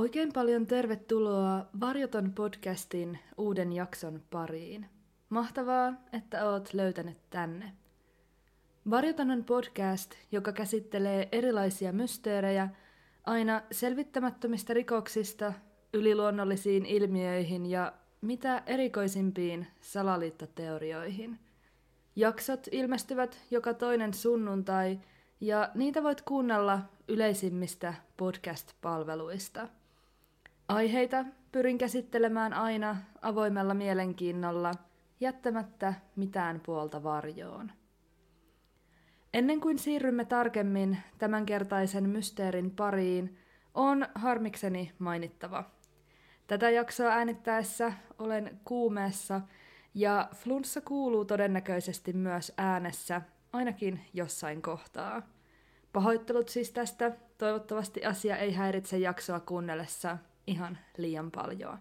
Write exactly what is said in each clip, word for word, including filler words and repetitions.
Oikein paljon tervetuloa Varjoton podcastin uuden jakson pariin. Mahtavaa, että oot löytänyt tänne. Varjoton on podcast, joka käsittelee erilaisia mysteerejä aina selvittämättömistä rikoksista, yliluonnollisiin ilmiöihin ja mitä erikoisimpiin salaliittoteorioihin. Jaksot ilmestyvät joka toinen sunnuntai ja niitä voit kuunnella yleisimmistä podcast-palveluista. Aiheita pyrin käsittelemään aina avoimella mielenkiinnolla, jättämättä mitään puolta varjoon. Ennen kuin siirrymme tarkemmin tämänkertaisen mysteerin pariin, on harmikseni mainittava. Tätä jaksoa äänittäessä olen kuumeessa ja flunssa kuuluu todennäköisesti myös äänessä, ainakin jossain kohtaa. Pahoittelut siis tästä, toivottavasti asia ei häiritse jaksoa kuunnellessa ihan liian paljon.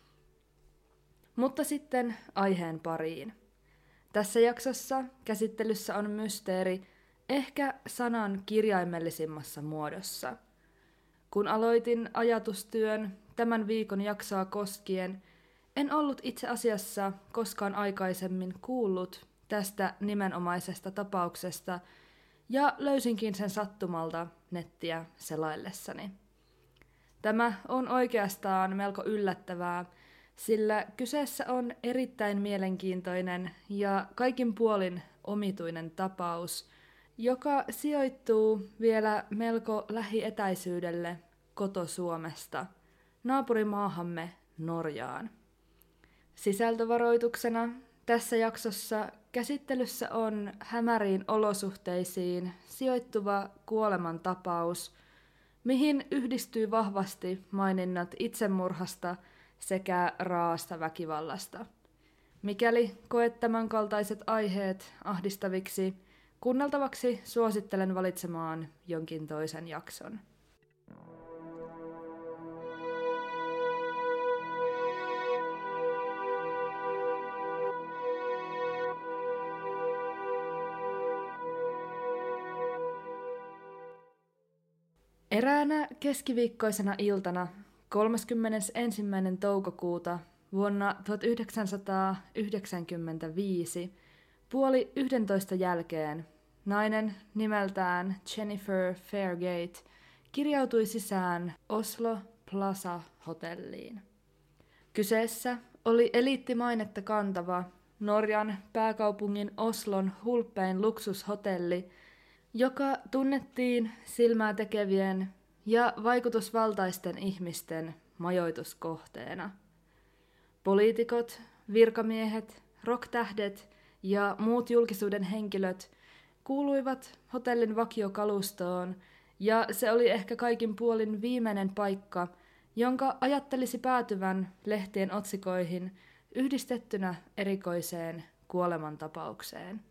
Mutta sitten aiheen pariin. Tässä jaksossa käsittelyssä on mysteeri ehkä sanan kirjaimellisimmassa muodossa. Kun aloitin ajatustyön tämän viikon jaksoa koskien, en ollut itse asiassa koskaan aikaisemmin kuullut tästä nimenomaisesta tapauksesta ja löysinkin sen sattumalta nettiä selaillessani. Tämä on oikeastaan melko yllättävää, sillä kyseessä on erittäin mielenkiintoinen ja kaikin puolin omituinen tapaus, joka sijoittuu vielä melko lähietäisyydelle koto-Suomesta, naapurimaahamme Norjaan. Sisältövaroituksena tässä jaksossa käsittelyssä on hämäriin olosuhteisiin sijoittuva kuolemantapaus, mihin yhdistyy vahvasti maininnat itsemurhasta sekä raasta väkivallasta. Mikäli koet tämänkaltaiset aiheet ahdistaviksi, kuunneltavaksi suosittelen valitsemaan jonkin toisen jakson. Eräänä keskiviikkoisena iltana kolmaskymmenesensimmäinen toukokuuta vuonna tuhatyhdeksänsataayhdeksänkymmentäviisi puoli yhdentoista jälkeen nainen nimeltään Jennifer Fairgate kirjautui sisään Oslo Plaza-hotelliin. Kyseessä oli eliittimainetta kantava Norjan pääkaupungin Oslon hulppein luksushotelli, joka tunnettiin silmää tekevien ja vaikutusvaltaisten ihmisten majoituskohteena. Poliitikot, virkamiehet, rocktähdet ja muut julkisuuden henkilöt kuuluivat hotellin vakiokalustoon, ja se oli ehkä kaikin puolin viimeinen paikka, jonka ajattelisi päätyvän lehtien otsikoihin yhdistettynä erikoiseen kuolemantapaukseen.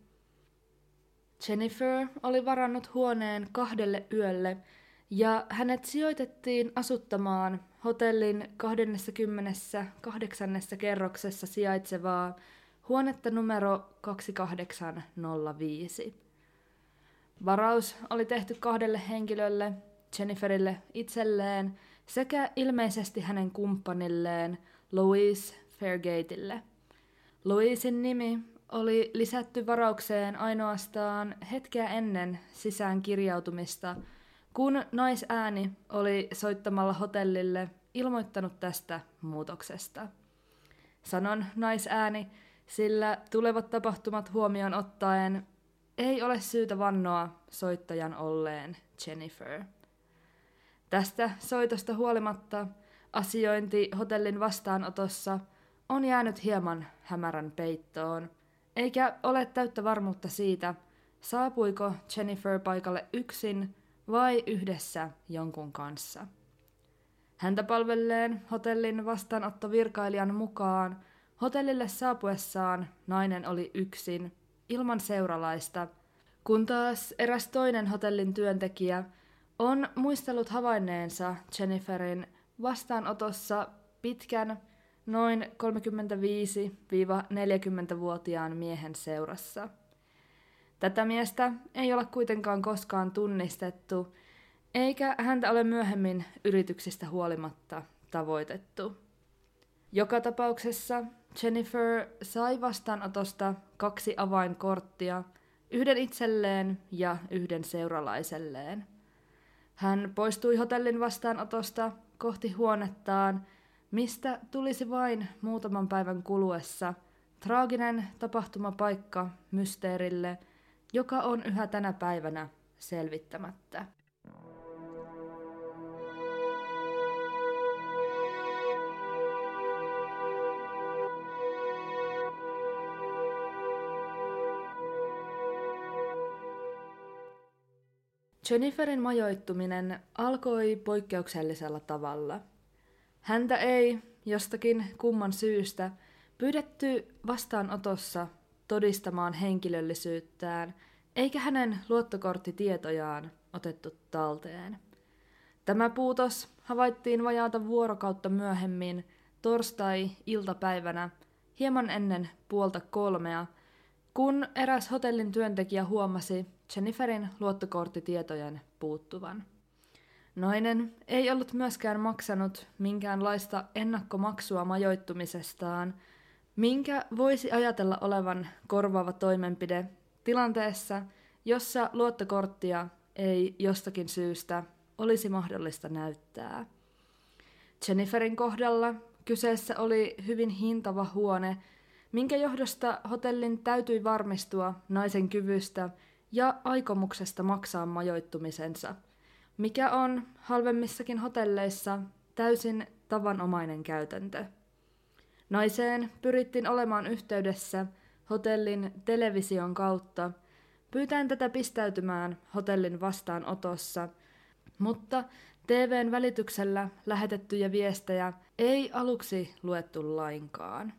Jennifer oli varannut huoneen kahdelle yölle, ja hänet sijoitettiin asuttamaan hotellin kaksikymmentäkahdeksan kerroksessa sijaitsevaa huonetta numero kaksikymmentäkahdeksan nolla viisi. Varaus oli tehty kahdelle henkilölle, Jenniferille itselleen sekä ilmeisesti hänen kumppanilleen Louise Fairgateille. Louisin nimi oli lisätty varaukseen ainoastaan hetkeä ennen sisään kirjautumista, kun naisääni oli soittamalla hotellille ilmoittanut tästä muutoksesta. Sanon naisääni, sillä tulevat tapahtumat huomioon ottaen ei ole syytä vannoa soittajan olleen Jennifer. Tästä soitosta huolimatta asiointi hotellin vastaanotossa on jäänyt hieman hämärän peittoon, eikä ole täyttä varmuutta siitä, saapuiko Jennifer paikalle yksin vai yhdessä jonkun kanssa. Häntä palvelleen hotellin vastaanottovirkailijan mukaan hotellille saapuessaan nainen oli yksin, ilman seuralaista, kun taas eräs toinen hotellin työntekijä on muistellut havainneensa Jenniferin vastaanotossa pitkän, noin kolmekymmentäviisi–neljäkymmentävuotiaan miehen seurassa. Tätä miestä ei ole kuitenkaan koskaan tunnistettu, eikä häntä ole myöhemmin yrityksistä huolimatta tavoitettu. Joka tapauksessa Jennifer sai vastaanotosta kaksi avainkorttia, yhden itselleen ja yhden seuralaiselleen. Hän poistui hotellin vastaanotosta kohti huonettaan, mistä tulisi vain muutaman päivän kuluessa traaginen tapahtumapaikka mysteerille, joka on yhä tänä päivänä selvittämättä. Jenniferin majoittuminen alkoi poikkeuksellisella tavalla. Häntä ei, jostakin kumman syystä, pyydetty vastaanotossa todistamaan henkilöllisyyttään, eikä hänen luottokorttitietojaan otettu talteen. Tämä puutos havaittiin vajaata vuorokautta myöhemmin torstai-iltapäivänä hieman ennen puolta kolmea, kun eräs hotellin työntekijä huomasi Jenniferin luottokorttitietojen puuttuvan. Nainen ei ollut myöskään maksanut minkäänlaista ennakkomaksua majoittumisestaan, minkä voisi ajatella olevan korvaava toimenpide tilanteessa, jossa luottokorttia ei jostakin syystä olisi mahdollista näyttää. Jenniferin kohdalla kyseessä oli hyvin hintava huone, minkä johdosta hotellin täytyi varmistua naisen kyvystä ja aikomuksesta maksaa majoittumisensa, mikä on halvemmissakin hotelleissa täysin tavanomainen käytäntö. Naiseen pyrittiin olemaan yhteydessä hotellin television kautta, pyytäen tätä pistäytymään hotellin vastaanotossa, mutta T V:n välityksellä lähetettyjä viestejä ei aluksi luettu lainkaan.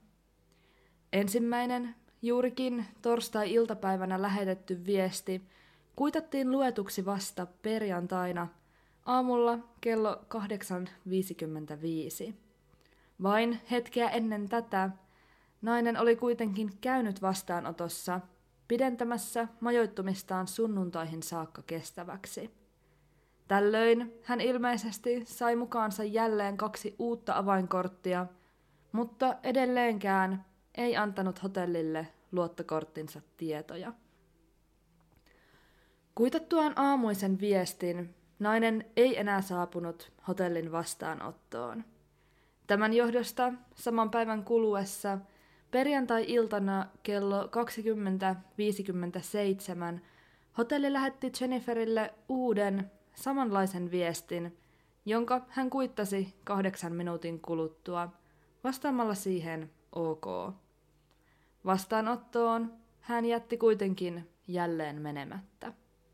Ensimmäinen, juurikin torstai-iltapäivänä lähetetty viesti kuitattiin luetuksi vasta perjantaina aamulla kello kahdeksan viisikymmentäviisi. Vain hetkeä ennen tätä nainen oli kuitenkin käynyt vastaanotossa pidentämässä majoittumistaan sunnuntaihin saakka kestäväksi. Tällöin hän ilmeisesti sai mukaansa jälleen kaksi uutta avainkorttia, mutta edelleenkään ei antanut hotellille luottokorttinsa tietoja. Kuitattuaan aamuisen viestin nainen ei enää saapunut hotellin vastaanottoon. Tämän johdosta saman päivän kuluessa perjantai-iltana kello kaksikymmentä viisikymmentäseitsemän hotelli lähetti Jenniferille uuden samanlaisen viestin, jonka hän kuittasi kahdeksan minuutin kuluttua vastaamalla siihen OK. Vastaanottoon hän jätti kuitenkin jälleen menemättä.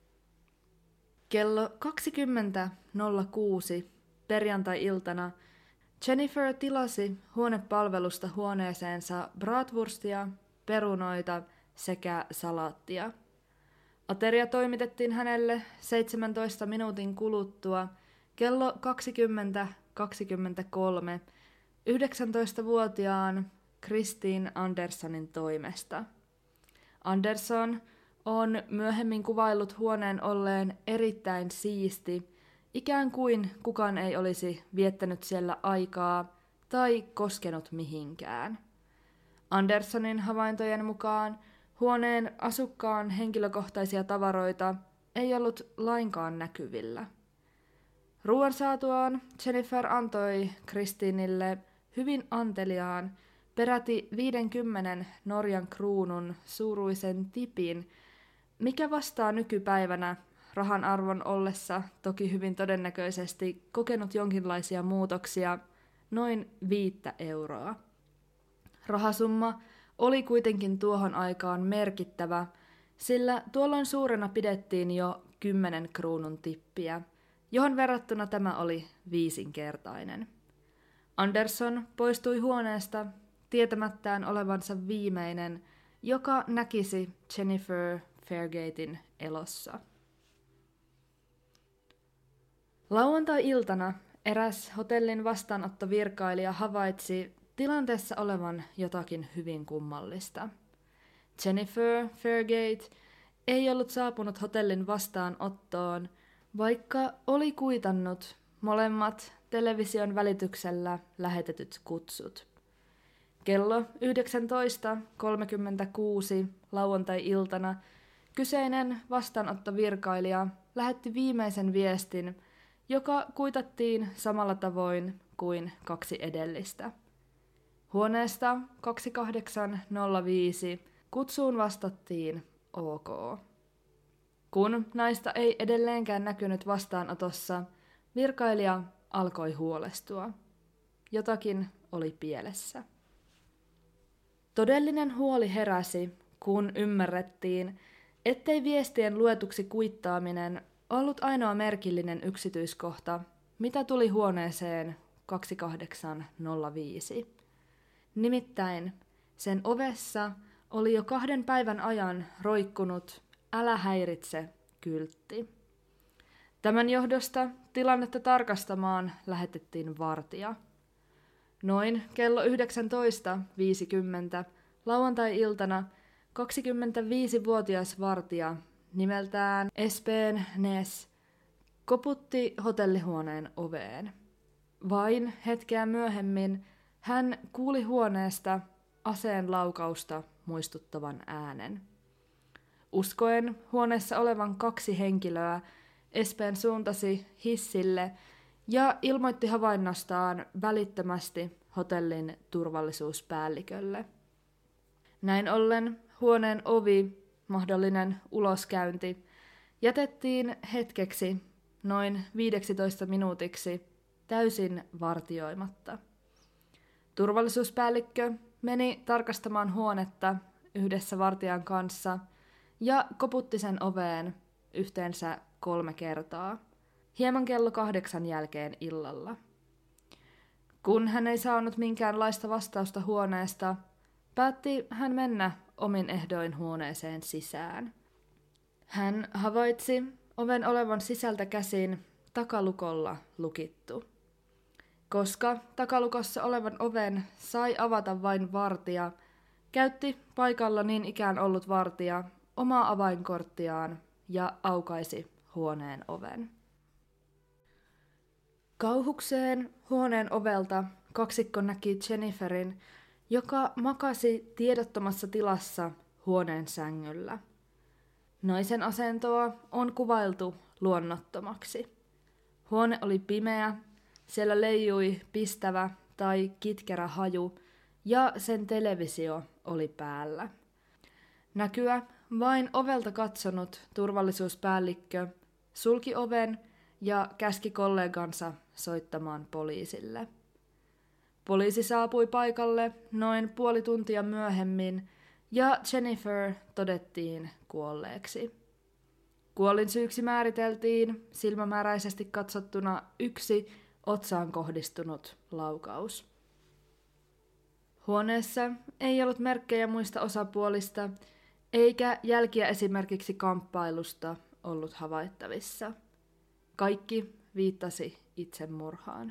Kello kaksikymmentä nolla kuusi perjantai-iltana Jennifer tilasi huonepalvelusta huoneeseensa bratwurstia, perunoita sekä salaattia. Ateria toimitettiin hänelle seitsemäntoista minuutin kuluttua kello kaksikymmentä kaksikymmentäkolme yhdeksäntoistavuotiaan Christine Andersonin toimesta. Anderson on myöhemmin kuvaillut huoneen olleen erittäin siisti, ikään kuin kukaan ei olisi viettänyt siellä aikaa tai koskenut mihinkään. Andersonin havaintojen mukaan huoneen asukkaan henkilökohtaisia tavaroita ei ollut lainkaan näkyvillä. Ruoan saatuaan Jennifer antoi Christinelle hyvin anteliaan peräti viidenkymmenen Norjan kruunun suuruisen tipin, mikä vastaa nykypäivänä rahan arvon ollessa toki hyvin todennäköisesti kokenut jonkinlaisia muutoksia, noin viittä euroa. Rahasumma oli kuitenkin tuohon aikaan merkittävä, sillä tuolloin suurena pidettiin jo kymmenen kruunun tippiä, johon verrattuna tämä oli viisinkertainen. Anderson poistui huoneesta tietämättään olevansa viimeinen, joka näkisi Jennifer Fairgatein elossa. Lauantai-iltana eräs hotellin vastaanottovirkailija havaitsi tilanteessa olevan jotakin hyvin kummallista. Jennifer Fairgate ei ollut saapunut hotellin vastaanottoon, Vaikka oli kuitannut molemmat television välityksellä lähetetyt kutsut. Kello yhdeksäntoista kolmekymmentäkuusi lauantai-iltana kyseinen vastaanottovirkailija lähetti viimeisen viestin, joka kuitattiin samalla tavoin kuin kaksi edellistä. Huoneesta kaksikymmentäkahdeksan nolla viisi kutsuun vastattiin ok. Kun naista ei edelleenkään näkynyt vastaanotossa, virkailija alkoi huolestua. Jotakin oli pielessä. Todellinen huoli heräsi, kun ymmärrettiin, ettei viestien luetuksi kuittaaminen ollut ainoa merkillinen yksityiskohta, mitä tuli huoneeseen kaksikymmentäkahdeksan nolla viisi. Nimittäin sen ovessa oli jo kahden päivän ajan roikkunut "Älä häiritse" -kyltti. Tämän johdosta tilannetta tarkastamaan lähetettiin vartija. Noin kello yhdeksäntoista viisikymmentä lauantai-iltana kaksikymmentäviisivuotias vartija nimeltään Espen Ness koputti hotellihuoneen oveen. Vain hetkeä myöhemmin hän kuuli huoneesta aseen laukausta muistuttavan äänen. Uskoen huoneessa olevan kaksi henkilöä, Espen suuntasi hissille ja ilmoitti havainnostaan välittömästi hotellin turvallisuuspäällikölle. Näin ollen huoneen ovi, mahdollinen uloskäynti, jätettiin hetkeksi, noin viisitoista minuutiksi, täysin vartioimatta. Turvallisuuspäällikkö meni tarkastamaan huonetta yhdessä vartijan kanssa ja koputti sen oveen yhteensä kolme kertaa, hieman kello kahdeksan jälkeen illalla. Kun hän ei saanut minkäänlaista vastausta huoneesta, päätti hän mennä omin ehdoin huoneeseen sisään. Hän havaitsi oven olevan sisältä käsin takalukolla lukittu. Koska takalukossa olevan oven sai avata vain vartija, käytti paikalla niin ikään ollut vartija omaa avainkorttiaan ja aukaisi huoneen oven. Kauhukseen huoneen ovelta kaksikko näki Jenniferin, joka makasi tiedottomassa tilassa huoneen sängyllä. Naisen asentoa on kuvailtu luonnottomaksi. Huone oli pimeä, siellä leijui pistävä tai kitkerä haju ja sen televisio oli päällä. Näkyä vain ovelta katsonut turvallisuuspäällikkö sulki oven ja käski kollegansa soittamaan poliisille. Poliisi saapui paikalle noin puoli tuntia myöhemmin ja Jennifer todettiin kuolleeksi. Kuolinsyyksi määriteltiin silmämääräisesti katsottuna yksi otsaan kohdistunut laukaus. Huoneessa ei ollut merkkejä muista osapuolista, eikä jälkiä esimerkiksi kamppailusta ollut havaittavissa. Kaikki viittasi itsemurhaan.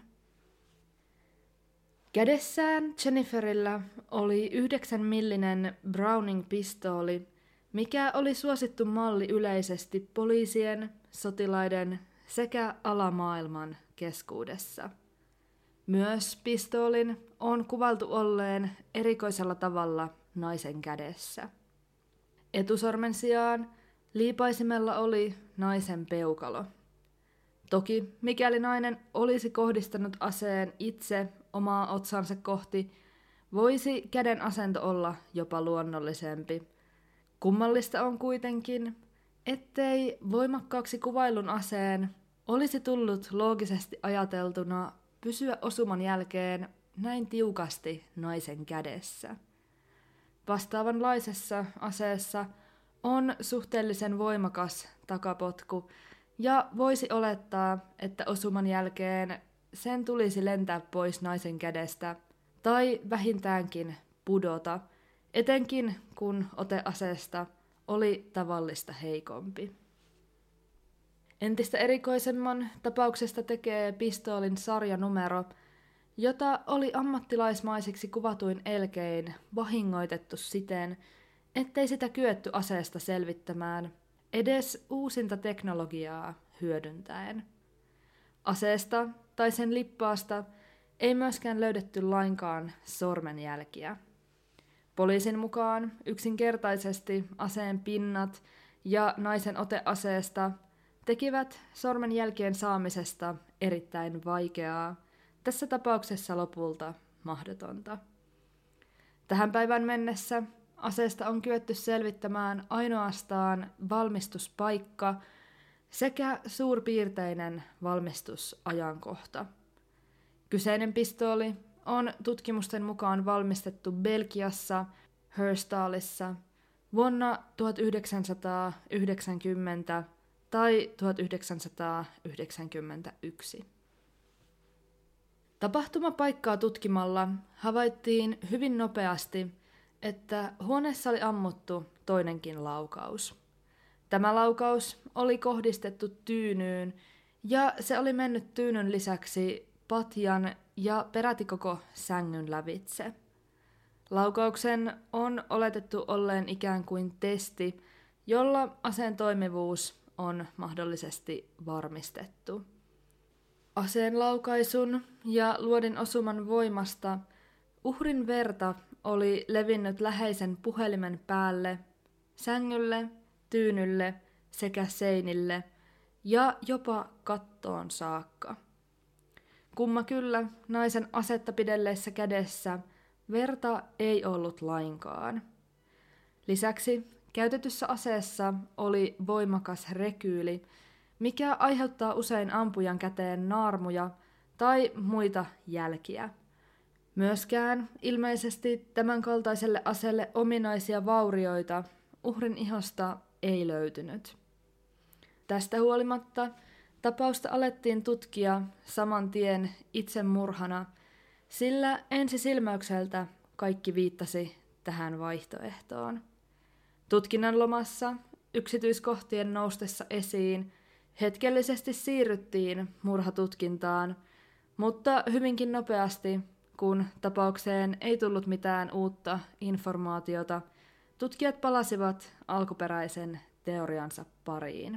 Kädessään Jenniferillä oli yhdeksän millinen Browning-pistooli, mikä oli suosittu malli yleisesti poliisien, sotilaiden sekä alamaailman keskuudessa. Myös pistoolin on kuvailtu olleen erikoisella tavalla naisen kädessä. Etusormen sijaan liipaisimella oli naisen peukalo. Toki mikäli nainen olisi kohdistanut aseen itse omaa otsansa kohti, voisi käden asento olla jopa luonnollisempi. Kummallista on kuitenkin, ettei voimakkaaksi kuvailun aseen olisi tullut loogisesti ajateltuna pysyä osuman jälkeen näin tiukasti naisen kädessä. Vastaavanlaisessa aseessa on suhteellisen voimakas takapotku, ja voisi olettaa, että osuman jälkeen sen tulisi lentää pois naisen kädestä tai vähintäänkin pudota, etenkin kun ote aseesta oli tavallista heikompi. Entistä erikoisemman tapauksesta tekee pistoolin sarjanumero, jota oli ammattilaismaisiksi kuvatuin elkein vahingoitettu siten, ettei sitä kyetty aseesta selvittämään edes uusinta teknologiaa hyödyntäen. Aseesta tai sen lippaasta ei myöskään löydetty lainkaan sormenjälkiä. Poliisin mukaan yksinkertaisesti aseen pinnat ja naisen ote aseesta tekivät sormenjälkien saamisesta erittäin vaikeaa, tässä tapauksessa lopulta mahdotonta. Tähän päivään mennessä aseesta on kyetty selvittämään ainoastaan valmistuspaikka sekä suurpiirteinen valmistusajankohta. Kyseinen pistooli on tutkimusten mukaan valmistettu Belgiassa, Herstalissa vuonna tuhatyhdeksänsataayhdeksänkymmentä tai tuhatyhdeksänsataayhdeksänkymmentäyksi. Tapahtumapaikkaa tutkimalla havaittiin hyvin nopeasti, että huoneessa oli ammuttu toinenkin laukaus. Tämä laukaus oli kohdistettu tyynyyn ja se oli mennyt tyynyn lisäksi patjan ja peräti koko sängyn lävitse. Laukauksen on oletettu olleen ikään kuin testi, jolla aseen toimivuus on mahdollisesti varmistettu. Aseen laukaisun ja luodin osuman voimasta uhrin verta oli levinnyt läheisen puhelimen päälle, sängylle, tyynylle sekä seinille ja jopa kattoon saakka. Kumma kyllä, naisen asetta pidelleissä kädessä verta ei ollut lainkaan. Lisäksi käytetyssä aseessa oli voimakas rekyyli, mikä aiheuttaa usein ampujan käteen naarmuja tai muita jälkiä. Myöskään ilmeisesti tämänkaltaiselle aseelle ominaisia vaurioita uhrin ihosta ei löytynyt. Tästä huolimatta tapausta alettiin tutkia saman tien itsemurhana, sillä ensisilmäykseltä kaikki viittasi tähän vaihtoehtoon. Tutkinnan lomassa yksityiskohtien noustessa esiin hetkellisesti siirryttiin murhatutkintaan, mutta hyvinkin nopeasti, kun tapaukseen ei tullut mitään uutta informaatiota, tutkijat palasivat alkuperäisen teoriansa pariin.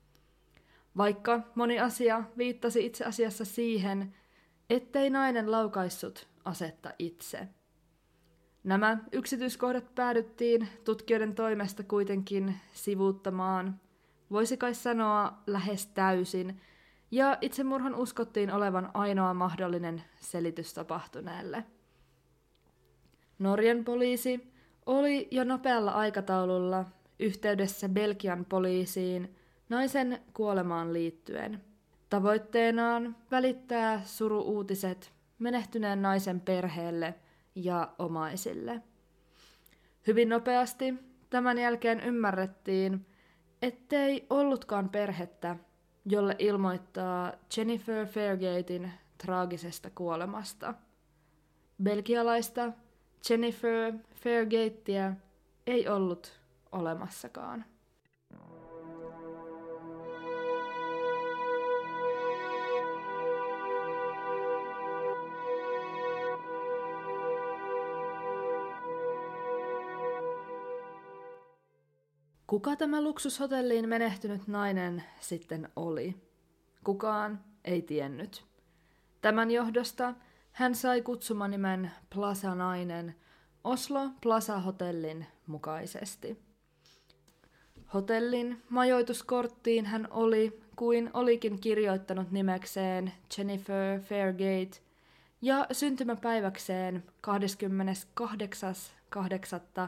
Vaikka moni asia viittasi itse asiassa siihen, ettei nainen laukaissut asetta itse. Nämä yksityiskohdat päädyttiin tutkijoiden toimesta kuitenkin sivuuttamaan, voisi kai sanoa lähes täysin, ja itsemurhan uskottiin olevan ainoa mahdollinen selitys tapahtuneelle. Norjan poliisi oli jo nopealla aikataululla yhteydessä Belgian poliisiin naisen kuolemaan liittyen. Tavoitteenaan välittää suru-uutiset menehtyneen naisen perheelle ja omaisille. Hyvin nopeasti tämän jälkeen ymmärrettiin, ettei ollutkaan perhettä, jolle ilmoittaa Jennifer Fairgatein traagisesta kuolemasta. Belgialaista Jennifer Fairgatea ei ollut olemassakaan. Kuka tämä luksushotelliin menehtynyt nainen sitten oli? Kukaan ei tiennyt. Tämän johdosta hän sai kutsumanimen Plaza-nainen Oslo Plaza-hotellin mukaisesti. Hotellin majoituskorttiin hän oli, kuin olikin kirjoittanut nimekseen Jennifer Fairgate, ja syntymäpäiväkseen kahdeskymmeneskahdeksas kahdeksatta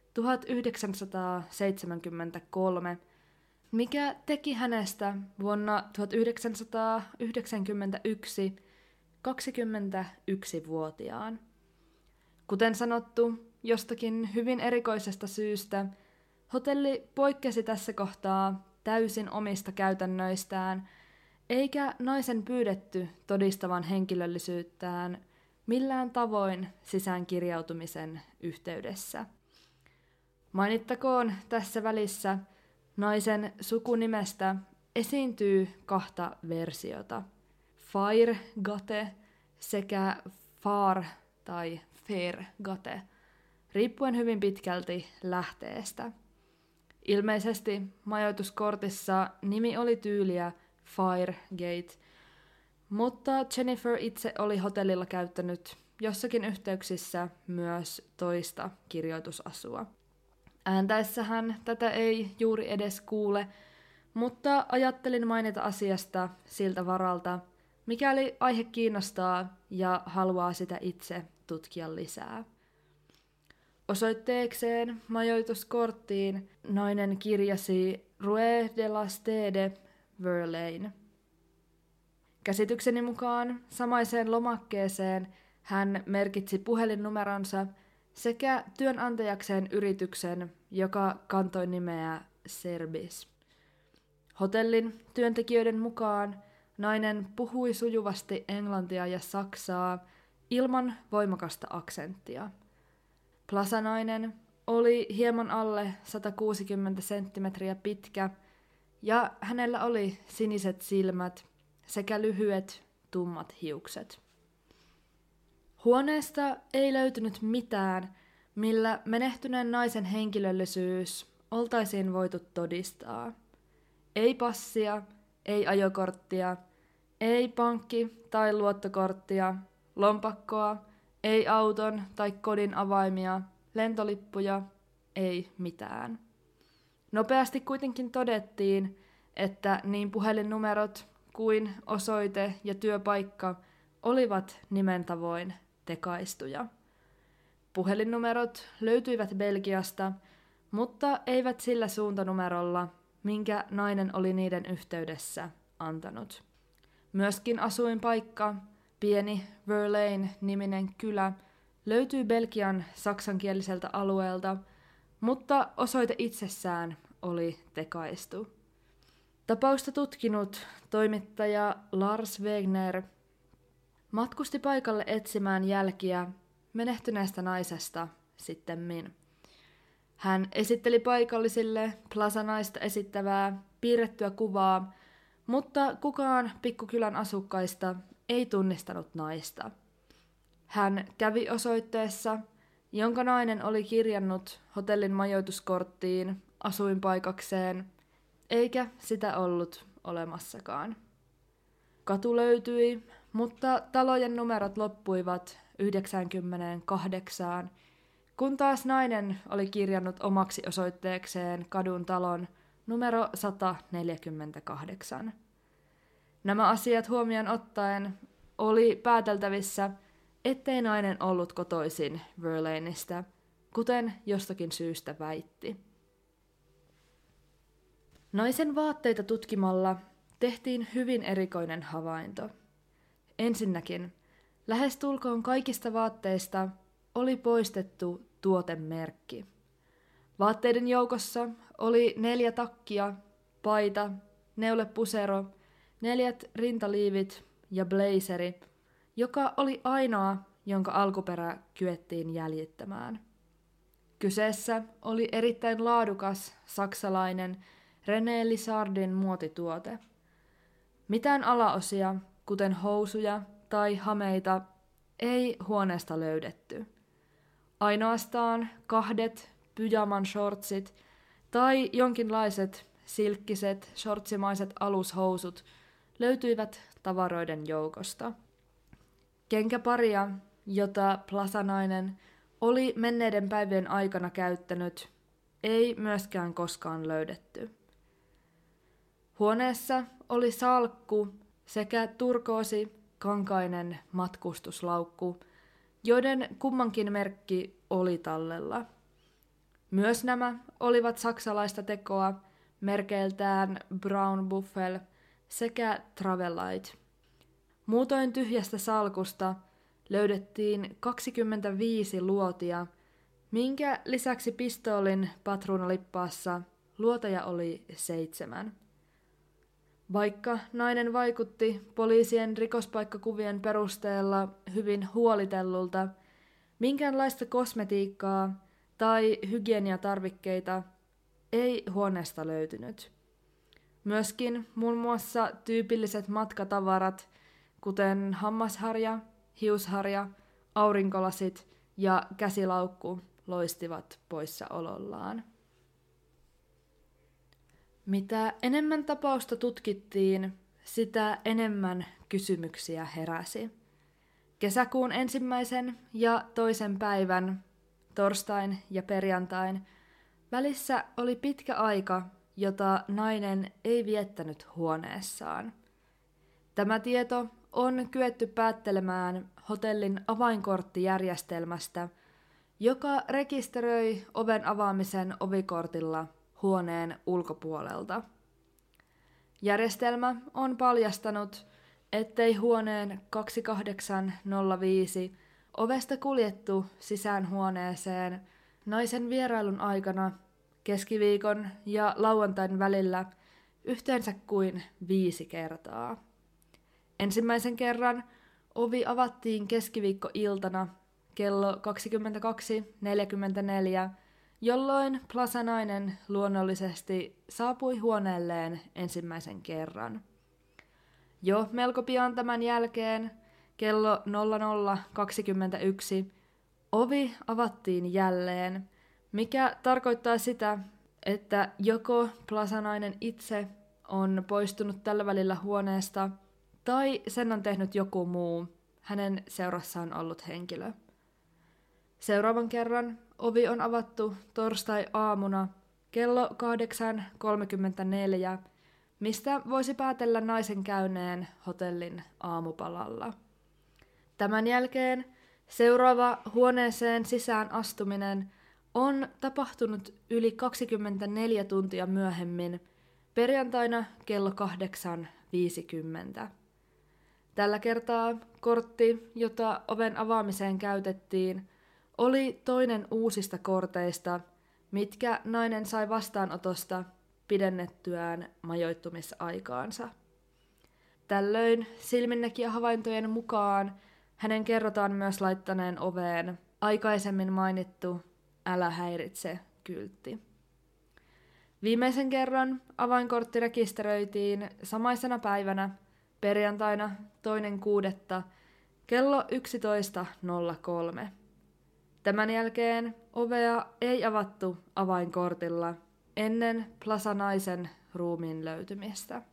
tuhatyhdeksänsataaseitsemänkymmentäkolme, mikä teki hänestä vuonna tuhatyhdeksänsataayhdeksänkymmentäyksi kaksikymmentäyksivuotiaan. Kuten sanottu, jostakin hyvin erikoisesta syystä hotelli poikkesi tässä kohtaa täysin omista käytännöistään, eikä naisen pyydetty todistavan henkilöllisyyttään millään tavoin sisäänkirjautumisen yhteydessä. Mainittakoon tässä välissä naisen sukunimestä esiintyy kahta versiota, Fairgate sekä Far tai Fairgate, riippuen hyvin pitkälti lähteestä. Ilmeisesti majoituskortissa nimi oli tyyliä Firegate, mutta Jennifer itse oli hotellilla käyttänyt jossakin yhteyksissä myös toista kirjoitusasua. Ääntäessähän tätä ei juuri edes kuule, mutta ajattelin mainita asiasta siltä varalta, mikäli aihe kiinnostaa ja haluaa sitä itse tutkia lisää. Osoitteekseen majoituskorttiin nainen kirjasi Rue de la Stede Verlaine. Käsitykseni mukaan samaiseen lomakkeeseen hän merkitsi puhelinnumeronsa sekä työnantajakseen yrityksen, joka kantoi nimeä Serbis. Hotellin työntekijöiden mukaan nainen puhui sujuvasti englantia ja saksaa ilman voimakasta aksenttia. Plasanainen oli hieman alle sata kuusikymmentä senttimetriä pitkä ja hänellä oli siniset silmät sekä lyhyet, tummat hiukset. Huoneesta ei löytynyt mitään, millä menehtyneen naisen henkilöllisyys oltaisiin voitu todistaa. Ei passia, ei ajokorttia, ei pankki- tai luottokorttia, lompakkoa, ei auton tai kodin avaimia, lentolippuja, ei mitään. Nopeasti kuitenkin todettiin, että niin puhelinnumerot kuin osoite ja työpaikka olivat nimen tavoin tekaistuja. Puhelinnumerot löytyivät Belgiasta, mutta eivät sillä suuntanumerolla, minkä nainen oli niiden yhteydessä antanut. Myöskin asuinpaikka, pieni Verlaine-niminen kylä, löytyy Belgian saksankieliseltä alueelta, mutta osoite itsessään oli tekaistu. Tapausta tutkinut toimittaja Lars Wegner matkusti paikalle etsimään jälkiä menehtyneestä naisesta sittemmin. Hän esitteli paikallisille Plasanaista esittävää piirrettyä kuvaa, mutta kukaan pikkukylän asukkaista ei tunnistanut naista. Hän kävi osoitteessa, jonka nainen oli kirjannut hotellin majoituskorttiin asuinpaikakseen, eikä sitä ollut olemassakaan. Katu löytyi, mutta talojen numerot loppuivat yhdeksänkymmentäkahdeksan, kun taas nainen oli kirjannut omaksi osoitteekseen kadun talon numero sata neljäkymmentäkahdeksan. Nämä asiat huomioon ottaen oli pääteltävissä, ettei nainen ollut kotoisin Verlaineista, kuten jostakin syystä väitti. Naisen vaatteita tutkimalla tehtiin hyvin erikoinen havainto. Ensinnäkin, lähestulkoon kaikista vaatteista oli poistettu tuotemerkki. Vaatteiden joukossa oli neljä takkia, paita, neulepusero, neljät rintaliivit ja blazeri, joka oli ainoa, jonka alkuperä kyettiin jäljittämään. Kyseessä oli erittäin laadukas saksalainen René Lizardin muotituote. Mitään alaosia, kuten housuja tai hameita, ei huoneesta löydetty. Ainoastaan kahdet pyjaman shortsit tai jonkinlaiset silkkiset, shortsimaiset alushousut löytyivät tavaroiden joukosta. Kenkäparia, jota Plasanainen oli menneiden päivien aikana käyttänyt, ei myöskään koskaan löydetty. Huoneessa oli salkku sekä turkoosi kankainen matkustuslaukku, joiden kummankin merkki oli tallella. Myös nämä olivat saksalaista tekoa merkeiltään Brown Buffel sekä Travelite. Muutoin tyhjästä salkusta löydettiin kaksikymmentäviisi luotia, minkä lisäksi pistoolin patruunalippaassa luoteja oli seitsemän. Vaikka nainen vaikutti poliisien rikospaikkakuvien perusteella hyvin huolitellulta, minkäänlaista kosmetiikkaa tai hygieniatarvikkeita ei huoneesta löytynyt. Myöskin muun muassa tyypilliset matkatavarat, kuten hammasharja, hiusharja, aurinkolasit ja käsilaukku, loistivat poissaolollaan. Mitä enemmän tapausta tutkittiin, sitä enemmän kysymyksiä heräsi. Kesäkuun ensimmäisen ja toisen päivän, torstain ja perjantain, välissä oli pitkä aika, jota nainen ei viettänyt huoneessaan. Tämä tieto on kyetty päättelemään hotellin avainkorttijärjestelmästä, joka rekisteröi oven avaamisen ovikortilla huoneen ulkopuolelta. Järjestelmä on paljastanut, ettei huoneen kaksikymmentäkahdeksan nolla viisi ovesta kuljettu sisään huoneeseen naisen vierailun aikana keskiviikon ja lauantain välillä yhteensä kuin viisi kertaa. Ensimmäisen kerran ovi avattiin keskiviikkoiltana kello kaksikymmentäkaksi neljäkymmentäneljä, jolloin Plaza-nainen luonnollisesti saapui huoneelleen ensimmäisen kerran. Jo melko pian tämän jälkeen, kello nolla nolla kaksikymmentäyksi, ovi avattiin jälleen, mikä tarkoittaa sitä, että joko Plaza-nainen itse on poistunut tällä välillä huoneesta, tai sen on tehnyt joku muu, hänen seurassaan ollut henkilö. Seuraavan kerran ovi on avattu torstai-aamuna kello kahdeksan kolmekymmentäneljä, mistä voisi päätellä naisen käyneen hotellin aamupalalla. Tämän jälkeen seuraava huoneeseen sisään astuminen on tapahtunut yli kaksikymmentäneljä tuntia myöhemmin, perjantaina kello kahdeksan viisikymmentä. Tällä kertaa kortti, jota oven avaamiseen käytettiin, oli toinen uusista korteista, mitkä nainen sai vastaanotosta pidennettyään majoittumisaikaansa. Tällöin silminnäkijähavaintojen mukaan hänen kerrotaan myös laittaneen oveen aikaisemmin mainittu "älä häiritse" -kyltti. Viimeisen kerran avainkortti rekisteröitiin samaisena päivänä, perjantaina toinen kuudetta kello yksitoista nolla kolme. Tämän jälkeen ovea ei avattu avainkortilla ennen Plaza-naisen ruumiin löytymistä.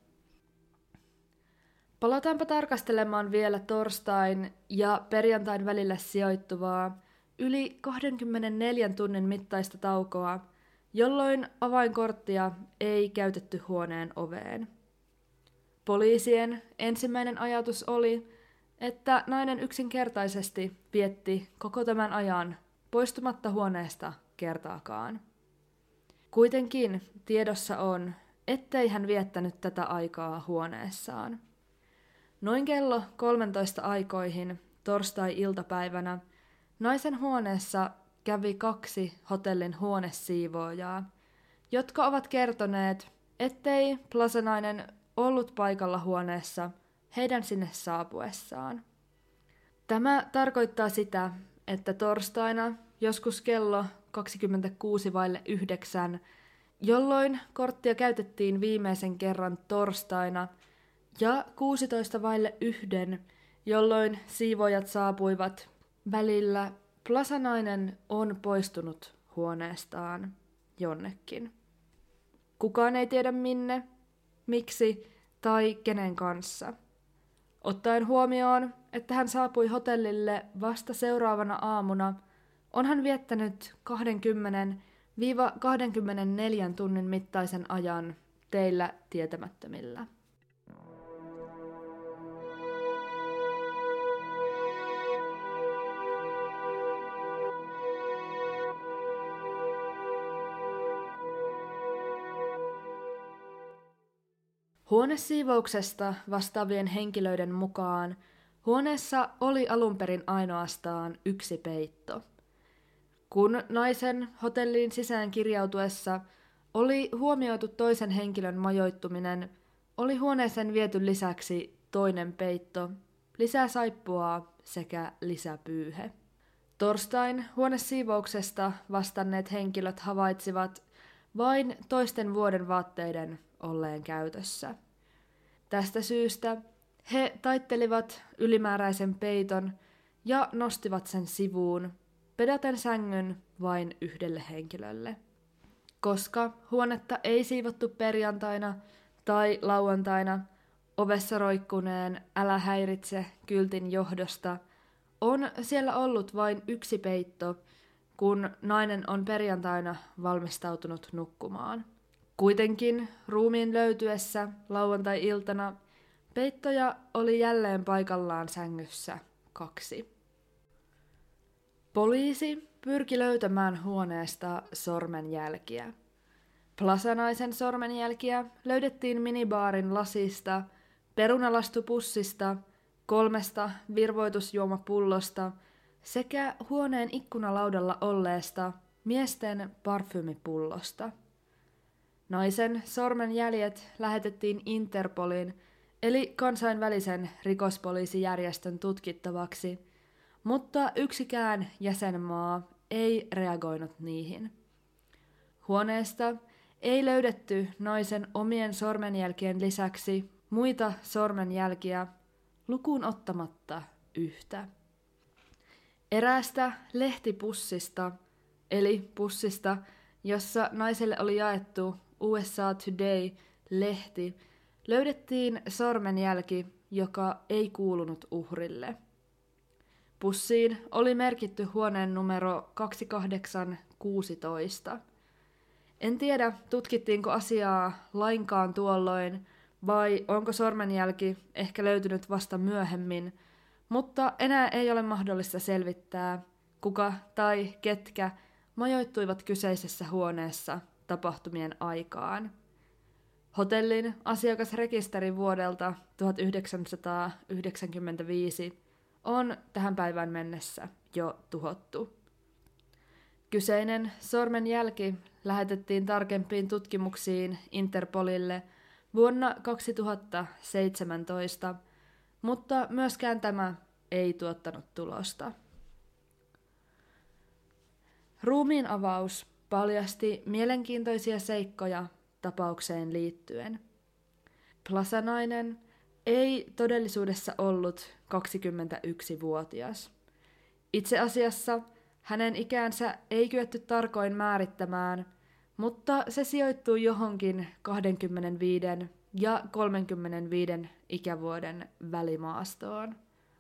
Palataanpa tarkastelemaan vielä torstain ja perjantain välillä sijoittuvaa yli kaksikymmentäneljä tunnin mittaista taukoa, jolloin avainkorttia ei käytetty huoneen oveen. Poliisien ensimmäinen ajatus oli, että nainen yksinkertaisesti vietti koko tämän ajan poistumatta huoneesta kertaakaan. Kuitenkin tiedossa on, ettei hän viettänyt tätä aikaa huoneessaan. Noin kello kolmentoista aikoihin torstai-iltapäivänä naisen huoneessa kävi kaksi hotellin huonesiivoojaa, jotka ovat kertoneet, ettei Plaza-nainen ollut paikalla huoneessa heidän sinne saapuessaan. Tämä tarkoittaa sitä, että torstaina joskus kello kaksikymmentäkuusi vaille yhdeksän, jolloin korttia käytettiin viimeisen kerran torstaina, ja kuusitoista vaille yhden, jolloin siivoojat saapuivat, välillä Plaza-nainen on poistunut huoneestaan jonnekin. Kukaan ei tiedä minne, miksi tai kenen kanssa. Ottaen huomioon, että hän saapui hotellille vasta seuraavana aamuna, on hän viettänyt kaksikymmentä kaksikymmentäneljä tunnin mittaisen ajan teillä tietämättömillä. Huonesiivouksesta vastaavien henkilöiden mukaan huoneessa oli alun perin ainoastaan yksi peitto. Kun naisen hotelliin sisään kirjautuessa oli huomioitu toisen henkilön majoittuminen, oli huoneeseen viety lisäksi toinen peitto, lisää saippuaa sekä lisäpyyhe. Torstain huonesiivouksesta vastanneet henkilöt havaitsivat vain toisten vuoden vaatteiden olleen käytössä. Tästä syystä he taittelivat ylimääräisen peiton ja nostivat sen sivuun, pedaten sängyn vain yhdelle henkilölle. Koska huonetta ei siivottu perjantaina tai lauantaina, ovessa roikkuneen "älä häiritse" kyltin johdosta on siellä ollut vain yksi peitto, kun nainen on perjantaina valmistautunut nukkumaan. Kuitenkin ruumiin löytyessä lauantai-iltana peittoja oli jälleen paikallaan sängyssä kaksi. Poliisi pyrki löytämään huoneesta sormenjälkiä. Plasanaisen sormenjälkiä löydettiin minibaarin lasista, perunalastupussista, kolmesta virvoitusjuomapullosta sekä huoneen ikkunalaudalla olleesta miesten parfymipullosta. Naisen sormenjäljet lähetettiin Interpolin eli kansainvälisen rikospoliisijärjestön tutkittavaksi, mutta yksikään jäsenmaa ei reagoinut niihin. Huoneesta ei löydetty naisen omien sormenjälkien lisäksi muita sormenjälkiä lukuun ottamatta yhtä. Eräästä lehtipussista, eli pussista, jossa naiselle oli jaettu U S A Today-lehti, löydettiin sormenjälki, joka ei kuulunut uhrille. Pussiin oli merkitty huoneen numero kaksikymmentäkahdeksan kuusitoista. En tiedä, tutkittiinko asiaa lainkaan tuolloin, vai onko sormenjälki ehkä löytynyt vasta myöhemmin, mutta enää ei ole mahdollista selvittää, kuka tai ketkä majoittuivat kyseisessä huoneessa tapahtumien aikaan. Hotellin asiakasrekisteri vuodelta tuhatyhdeksänsataayhdeksänkymmentäviisi on tähän päivään mennessä jo tuhottu. Kyseinen sormenjälki lähetettiin tarkempiin tutkimuksiin Interpolille vuonna kaksituhattaseitsemäntoista, mutta myöskään tämä ei tuottanut tulosta. Ruumiin avaus paljasti mielenkiintoisia seikkoja tapaukseen liittyen. Plasanainen ei todellisuudessa ollut kaksikymmentäyksivuotias. Itse asiassa hänen ikänsä ei kyetty tarkoin määrittämään, mutta se sijoittui johonkin kaksikymmentäviisi ja kolmekymmentäviisi ikävuoden välimaastoon.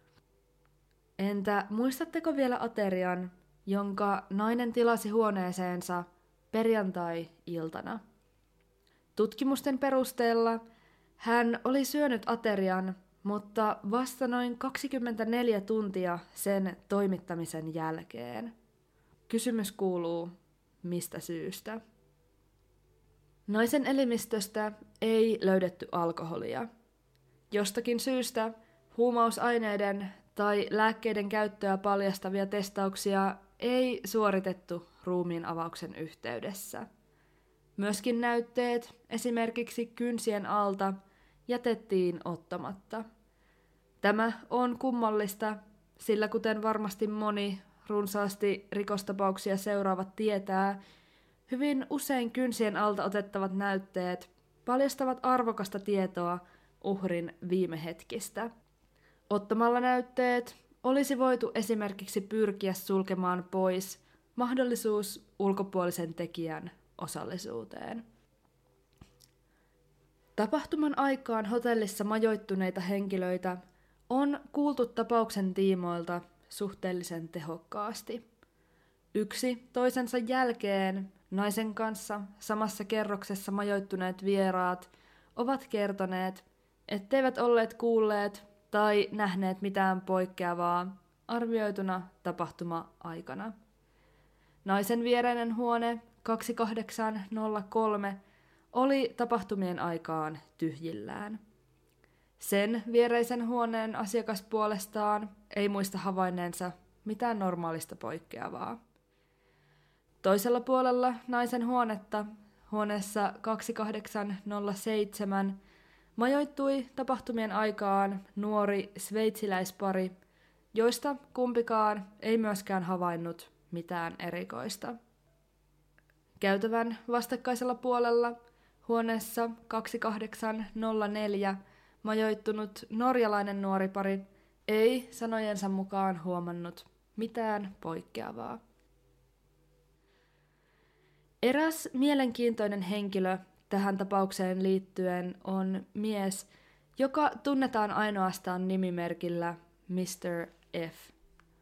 Entä muistatteko vielä aterian, jonka nainen tilasi huoneeseensa perjantai-iltana? Tutkimusten perusteella hän oli syönyt aterian, mutta vasta noin kaksikymmentäneljä tuntia sen toimittamisen jälkeen. Kysymys kuuluu, mistä syystä? Naisen elimistöstä ei löydetty alkoholia. Jostakin syystä huumausaineiden tai lääkkeiden käyttöä paljastavia testauksia ei suoritettu ruumiin avauksen yhteydessä. Myöskin näytteet, esimerkiksi kynsien alta, jätettiin ottamatta. Tämä on kummallista, sillä kuten varmasti moni runsaasti rikostapauksia seuraavat tietää, hyvin usein kynsien alta otettavat näytteet paljastavat arvokasta tietoa uhrin viime hetkistä. Ottamalla näytteet olisi voitu esimerkiksi pyrkiä sulkemaan pois mahdollisuus ulkopuolisen tekijän osallisuuteen. Tapahtuman aikaan hotellissa majoittuneita henkilöitä on kuultu tapauksen tiimoilta suhteellisen tehokkaasti. Yksi toisensa jälkeen naisen kanssa samassa kerroksessa majoittuneet vieraat ovat kertoneet, etteivät olleet kuulleet tai nähneet mitään poikkeavaa arvioituna tapahtuma-aikana. Naisen viereinen huone kaksikymmentäkahdeksan nolla kolme oli tapahtumien aikaan tyhjillään. Sen viereisen huoneen asiakas puolestaan ei muista havainneensa mitään normaalista poikkeavaa. Toisella puolella naisen huonetta, huoneessa kaksikymmentäkahdeksan nolla seitsemän, majoittui tapahtumien aikaan nuori sveitsiläispari, joista kumpikaan ei myöskään havainnut mitään erikoista. Käytävän vastakkaisella puolella huoneessa kaksikymmentäkahdeksan nolla neljä majoittunut norjalainen nuori pari ei sanojensa mukaan huomannut mitään poikkeavaa. Eräs mielenkiintoinen henkilö tähän tapaukseen liittyen on mies, joka tunnetaan ainoastaan nimimerkillä mister F.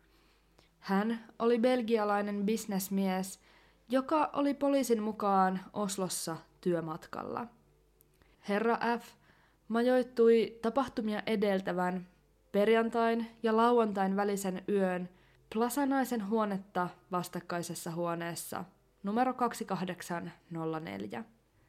Hän oli belgialainen bisnesmies, joka oli poliisin mukaan Oslossa työmatkalla. Herra F. majoittui tapahtumia edeltävän perjantain ja lauantain välisen yön Plasanaisen huonetta vastakkaisessa huoneessa numero kaksituhattakahdeksan nolla neljä.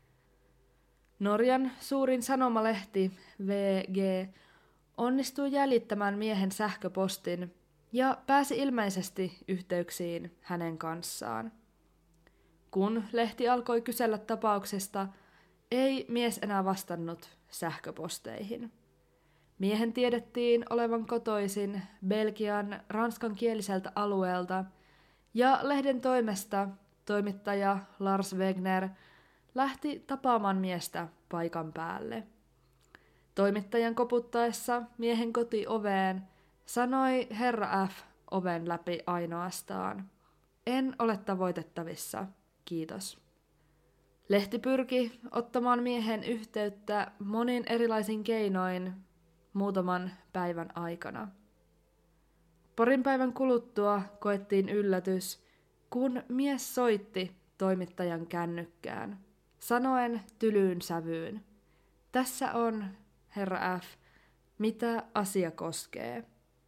Norjan suurin sanomalehti V G onnistui jäljittämään miehen sähköpostin ja pääsi ilmeisesti yhteyksiin hänen kanssaan. Kun lehti alkoi kysellä tapauksesta, ei mies enää vastannut sähköposteihin. Miehen tiedettiin olevan kotoisin Belgian ranskankieliseltä alueelta, ja lehden toimesta toimittaja Lars Wegner lähti tapaamaan miestä paikan päälle. Toimittajan koputtaessa miehen kotioveen sanoi herra F. oven läpi ainoastaan: "En ole tavoitettavissa, kiitos." Lehti pyrki ottamaan miehen yhteyttä monin erilaisin keinoin muutaman päivän aikana. Parin päivän kuluttua koettiin yllätys, kun mies soitti toimittajan kännykkään, sanoen tylyyn sävyyn: "Tässä on, herra F, mitä asia koskee."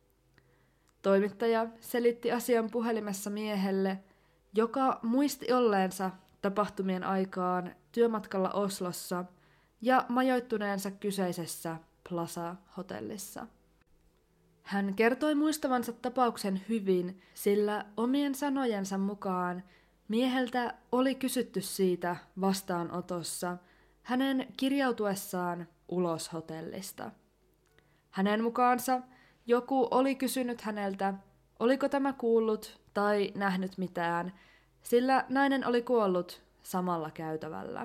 Toimittaja selitti asian puhelimessa miehelle, joka muisti olleensa tapahtumien aikaan työmatkalla Oslossa ja majoittuneensa kyseisessä Plaza-hotellissa. Hän kertoi muistavansa tapauksen hyvin, sillä omien sanojensa mukaan mieheltä oli kysytty siitä vastaanotossa hänen kirjautuessaan ulos hotellista. Hänen mukaansa joku oli kysynyt häneltä, oliko tämä kuullut tai nähnyt mitään, sillä nainen oli kuollut samalla käytävällä.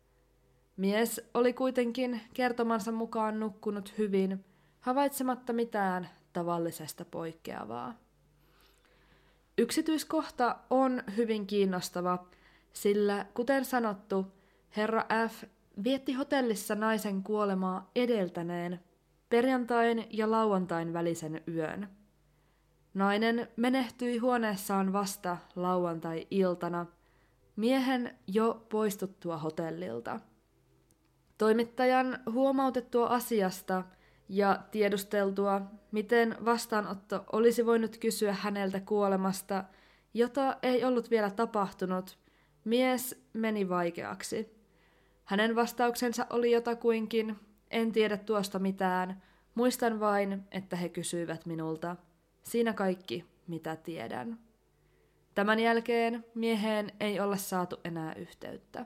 Mies oli kuitenkin kertomansa mukaan nukkunut hyvin, havaitsematta mitään tavallisesta poikkeavaa. Yksityiskohta on hyvin kiinnostava, sillä kuten sanottu, herra F. vietti hotellissa naisen kuolemaa edeltäneen perjantain ja lauantain välisen yön. Nainen menehtyi huoneessaan vasta lauantai-iltana, miehen jo poistuttua hotellilta. Toimittajan huomautettua asiasta ja tiedusteltua, miten vastaanotto olisi voinut kysyä häneltä kuolemasta, jota ei ollut vielä tapahtunut, mies meni vaikeaksi. Hänen vastauksensa oli jotakuinkin: "En tiedä tuosta mitään, muistan vain, että he kysyivät minulta. Siinä kaikki, mitä tiedän." Tämän jälkeen mieheen ei ole saatu enää yhteyttä.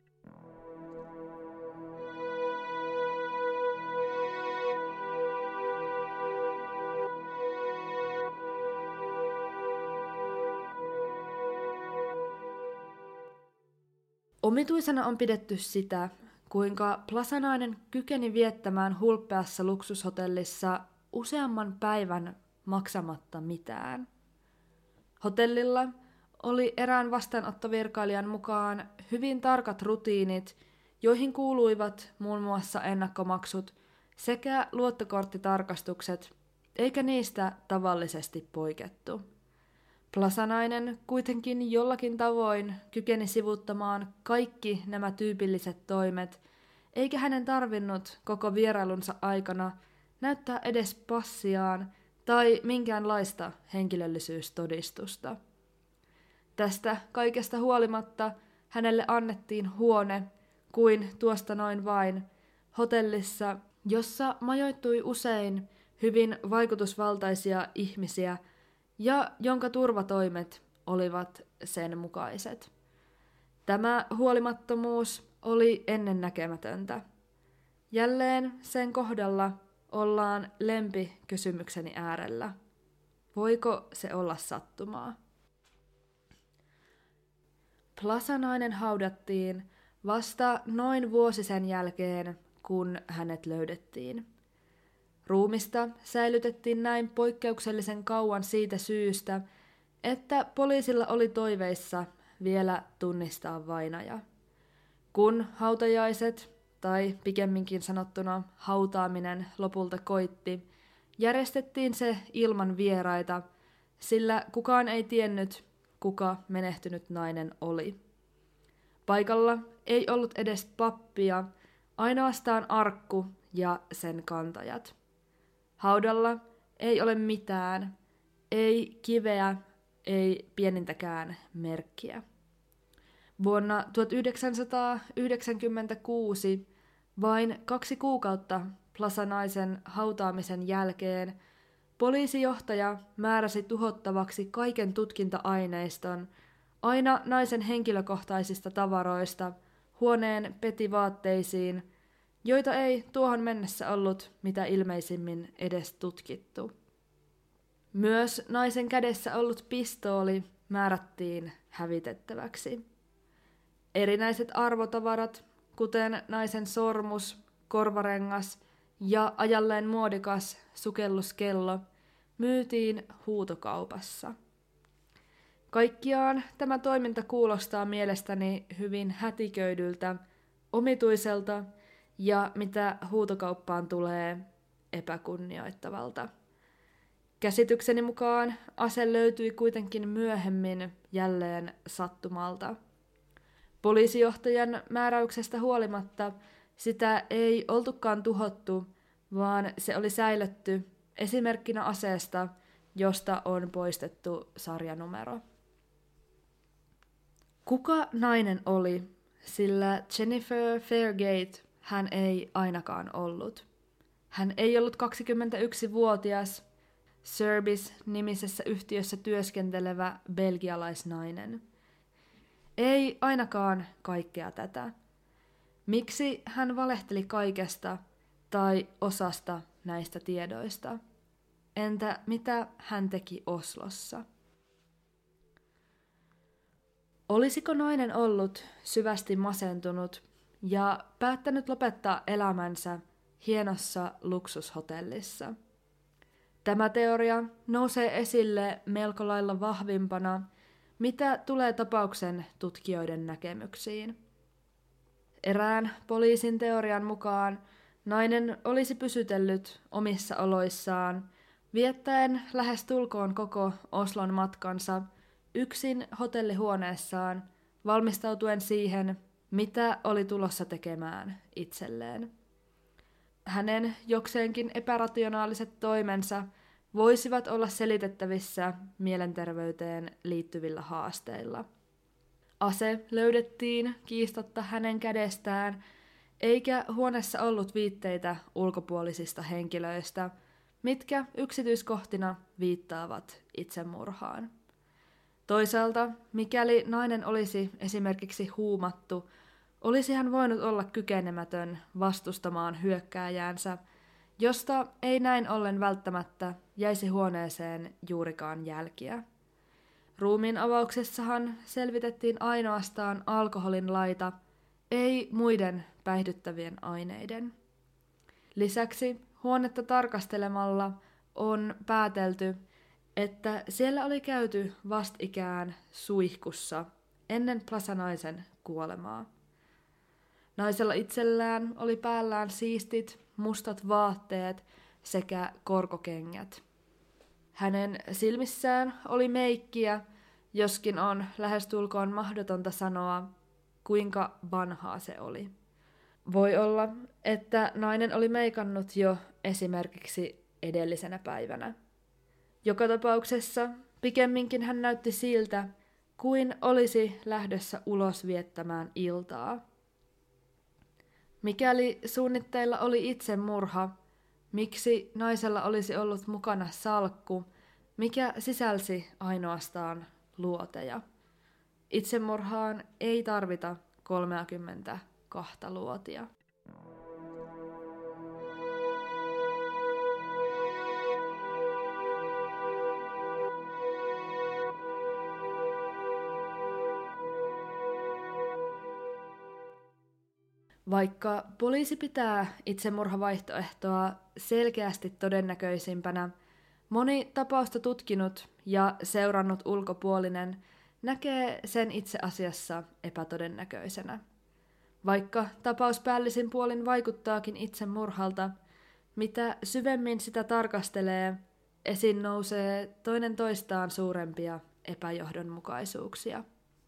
Omituisena on pidetty sitä, kuinka Plasanainen kykeni viettämään hulppeassa luksushotellissa useamman päivän maksamatta mitään. Hotellilla oli erään vastaanottovirkailijan mukaan hyvin tarkat rutiinit, joihin kuuluivat muun muassa ennakkomaksut sekä luottokorttitarkastukset, eikä niistä tavallisesti poikettu. Plasanainen kuitenkin jollakin tavoin kykeni sivuuttamaan kaikki nämä tyypilliset toimet, eikä hänen tarvinnut koko vierailunsa aikana näyttää edes passiaan tai minkäänlaista henkilöllisyystodistusta. Tästä kaikesta huolimatta hänelle annettiin huone kuin tuosta noin vain hotellissa, jossa majoittui usein hyvin vaikutusvaltaisia ihmisiä ja jonka turvatoimet olivat sen mukaiset. Tämä huolimattomuus oli ennennäkemätöntä. Jälleen sen kohdalla ollaan lempikysymykseni äärellä. Voiko se olla sattumaa? Plasanainen haudattiin vasta noin vuosi sen jälkeen, kun hänet löydettiin. Ruumista säilytettiin näin poikkeuksellisen kauan siitä syystä, että poliisilla oli toiveissa vielä tunnistaa vainaja. Kun hautajaiset tai pikemminkin sanottuna hautaaminen lopulta koitti, järjestettiin se ilman vieraita, sillä kukaan ei tiennyt, kuka menehtynyt nainen oli. Paikalla ei ollut edes pappia, ainoastaan arkku ja sen kantajat. Haudalla ei ole mitään, ei kiveä, ei pienintäkään merkkiä. Vuonna tuhatyhdeksänsataayhdeksänkymmentäkuusi, vain kaksi kuukautta Plaza-naisen hautaamisen jälkeen, poliisijohtaja määräsi tuhottavaksi kaiken tutkinta-aineiston, aina naisen henkilökohtaisista tavaroista, huoneen petivaatteisiin, joita ei tuohon mennessä ollut mitä ilmeisimmin edes tutkittu. Myös naisen kädessä ollut pistooli määrättiin hävitettäväksi. Erinäiset arvotavarat, kuten naisen sormus, korvarengas ja ajalleen muodikas sukelluskello, myytiin huutokaupassa. Kaikkiaan tämä toiminta kuulostaa mielestäni hyvin hätiköidyltä, omituiselta ja mitä huutokauppaan tulee epäkunnioittavalta. Käsitykseni mukaan ase löytyi kuitenkin myöhemmin jälleen sattumalta. Poliisijohtajan määräyksestä huolimatta sitä ei oltukaan tuhottu, vaan se oli säilytty esimerkkinä aseesta, josta on poistettu sarjanumero. Kuka nainen oli, sillä Jennifer Fairgate hän ei ainakaan ollut. Hän ei ollut kaksikymmentäyksivuotias, Service-nimisessä yhtiössä työskentelevä belgialaisnainen. Ei ainakaan kaikkea tätä. Miksi hän valehteli kaikesta tai osasta näistä tiedoista? Entä mitä hän teki Oslossa? Olisiko nainen ollut syvästi masentunut ja päättänyt lopettaa elämänsä hienossa luksushotellissa? Tämä teoria nousee esille melko lailla vahvimpana, mitä tulee tapauksen tutkijoiden näkemyksiin. Erään poliisin teorian mukaan nainen olisi pysytellyt omissa oloissaan, viettäen lähestulkoon koko Oslon matkansa yksin hotellihuoneessaan, valmistautuen siihen, mitä oli tulossa tekemään itselleen. Hänen jokseenkin epärationaaliset toimensa voisivat olla selitettävissä mielenterveyteen liittyvillä haasteilla. Ase löydettiin kiistatta hänen kädestään, eikä huoneessa ollut viitteitä ulkopuolisista henkilöistä, mitkä yksityiskohtina viittaavat itsemurhaan. Toisaalta, mikäli nainen olisi esimerkiksi huumattu, olisi hän voinut olla kykenemätön vastustamaan hyökkääjäänsä, josta ei näin ollen välttämättä jäisi huoneeseen juurikaan jälkiä. Ruumiin avauksessahan selvitettiin ainoastaan alkoholin laita, ei muiden päihdyttävien aineiden. Lisäksi huonetta tarkastelemalla on päätelty, että siellä oli käyty vastikään suihkussa ennen Plaza-naisen kuolemaa. Naisella itsellään oli päällään siistit, mustat vaatteet sekä korkokengät. Hänen silmissään oli meikkiä, joskin on lähestulkoon mahdotonta sanoa, kuinka vanhaa se oli. Voi olla, että nainen oli meikannut jo esimerkiksi edellisenä päivänä. Joka tapauksessa pikemminkin hän näytti siltä, kuin olisi lähdössä ulos viettämään iltaa. Mikäli suunnitteilla oli itsemurha, miksi naisella olisi ollut mukana salkku, mikä sisälsi ainoastaan luoteja? Itsemurhaan ei tarvita kolmekymmentäkaksi luotia. Vaikka poliisi pitää itsemurhavaihtoehtoa selkeästi todennäköisimpänä, moni tapausta tutkinut ja seurannut ulkopuolinen näkee sen itse asiassa epätodennäköisenä. Vaikka tapaus päällisin puolin vaikuttaakin itsemurhalta, mitä syvemmin sitä tarkastelee, esiin nousee toinen toistaan suurempia epäjohdonmukaisuuksia.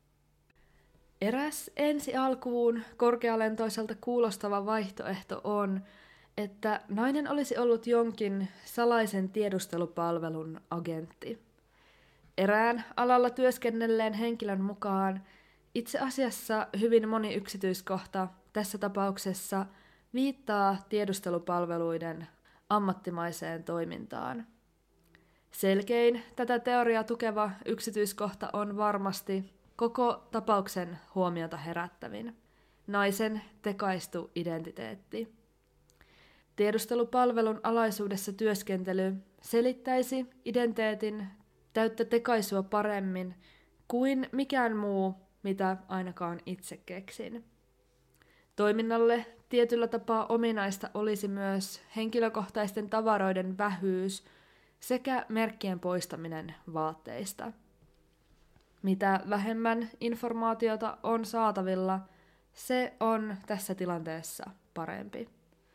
Eräs ensi alkuun korkealentoiselta kuulostava vaihtoehto on, että nainen olisi ollut jonkin salaisen tiedustelupalvelun agentti. Erään alalla työskennelleen henkilön mukaan itse asiassa hyvin moni yksityiskohta tässä tapauksessa viittaa tiedustelupalveluiden ammattimaiseen toimintaan. Selkein tätä teoriaa tukeva yksityiskohta on varmasti koko tapauksen huomiota herättävin, naisen tekaistu identiteetti. Tiedustelupalvelun alaisuudessa työskentely selittäisi identiteetin täyttä tekaisua paremmin kuin mikään muu, mitä ainakaan itse keksin. Toiminnalle tietyllä tapaa ominaista olisi myös henkilökohtaisten tavaroiden vähyys sekä merkkien poistaminen vaatteista. Mitä vähemmän informaatiota on saatavilla, se on tässä tilanteessa parempi.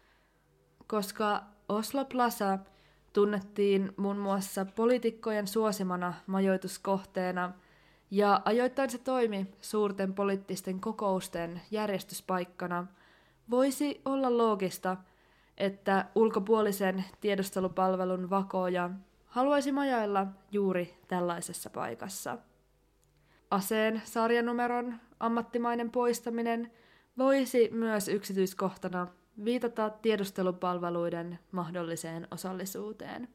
Koska Oslo Plaza tunnettiin muun muassa poliitikkojen suosimana majoituskohteena ja ajoittain se toimi suurten poliittisten kokousten järjestyspaikkana, voisi olla loogista, että ulkopuolisen tiedustelupalvelun vakooja haluaisi majailla juuri tällaisessa paikassa. Aseen sarjanumeron ammattimainen poistaminen voisi myös yksityiskohtana viitata tiedustelupalveluiden mahdolliseen osallisuuteen.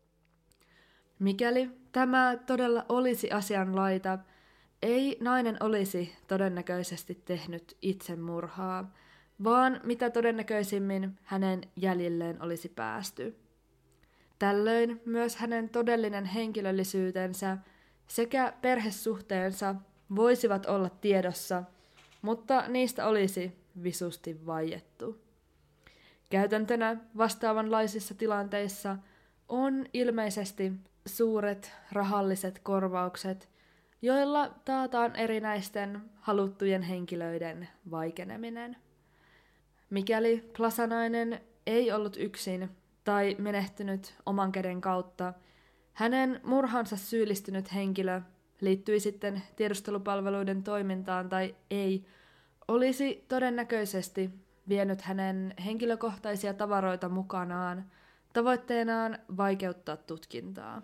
Mikäli tämä todella olisi asianlaita, ei nainen olisi todennäköisesti tehnyt itsemurhaa, vaan mitä todennäköisimmin hänen jäljilleen olisi päästy. Tällöin myös hänen todellinen henkilöllisyytensä sekä perhesuhteensa voisivat olla tiedossa, mutta niistä olisi visusti vaiettu. Käytäntönä vastaavanlaisissa tilanteissa on ilmeisesti suuret rahalliset korvaukset, joilla taataan erinäisten haluttujen henkilöiden vaikeneminen. Mikäli plasanainen ei ollut yksin tai menehtynyt oman käden kautta, hänen murhansa syyllistynyt henkilö, liittyi sitten tiedustelupalveluiden toimintaan tai ei, olisi todennäköisesti vienyt hänen henkilökohtaisia tavaroita mukanaan, tavoitteenaan vaikeuttaa tutkintaa.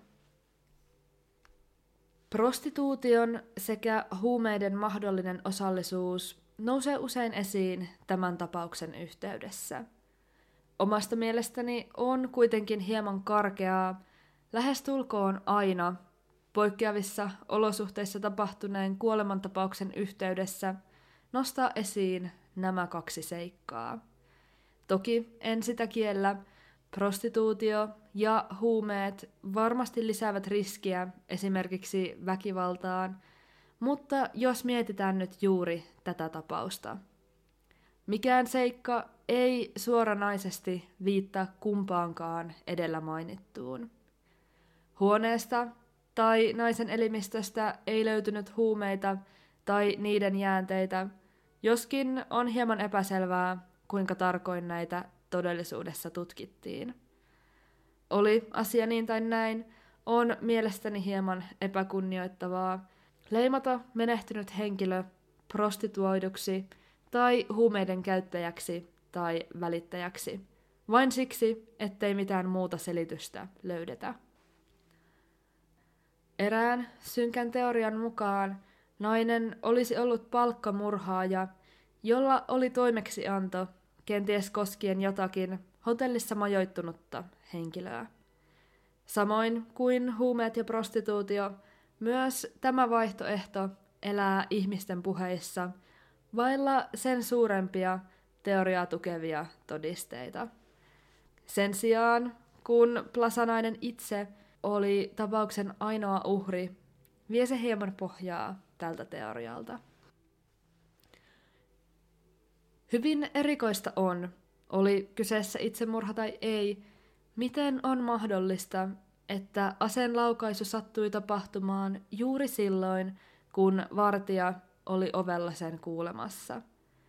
Prostituution sekä huumeiden mahdollinen osallisuus nousee usein esiin tämän tapauksen yhteydessä. Omasta mielestäni on kuitenkin hieman karkeaa, lähestulkoon aina poikkeavissa olosuhteissa tapahtuneen kuolemantapauksen yhteydessä nostaa esiin nämä kaksi seikkaa. Toki en sitä kiellä, prostituutio ja huumeet varmasti lisäävät riskiä esimerkiksi väkivaltaan, mutta jos mietitään nyt juuri tätä tapausta. Mikään seikka ei suoranaisesti viittaa kumpaankaan edellä mainittuun. Huoneesta tai naisen elimistöstä ei löytynyt huumeita tai niiden jäänteitä, joskin on hieman epäselvää, kuinka tarkoin näitä todellisuudessa tutkittiin. Oli asia niin tai näin, on mielestäni hieman epäkunnioittavaa leimata menehtynyt henkilö prostituoiduksi tai huumeiden käyttäjäksi tai välittäjäksi, vain siksi, ettei mitään muuta selitystä löydetä. Erään synkän teorian mukaan nainen olisi ollut palkkamurhaaja, jolla oli toimeksianto, kenties koskien jotakin hotellissa majoittunutta henkilöä. Samoin kuin huumeet ja prostituutio, myös tämä vaihtoehto elää ihmisten puheissa, vailla sen suurempia teoriaa tukevia todisteita. Sen sijaan, kun plasanainen itse oli tapauksen ainoa uhri, vie se hieman pohjaa tältä teorialta. Hyvin erikoista on, oli kyseessä itsemurha tai ei, miten on mahdollista, että aseen laukaisu sattui tapahtumaan juuri silloin, kun vartija oli ovella sen kuulemassa.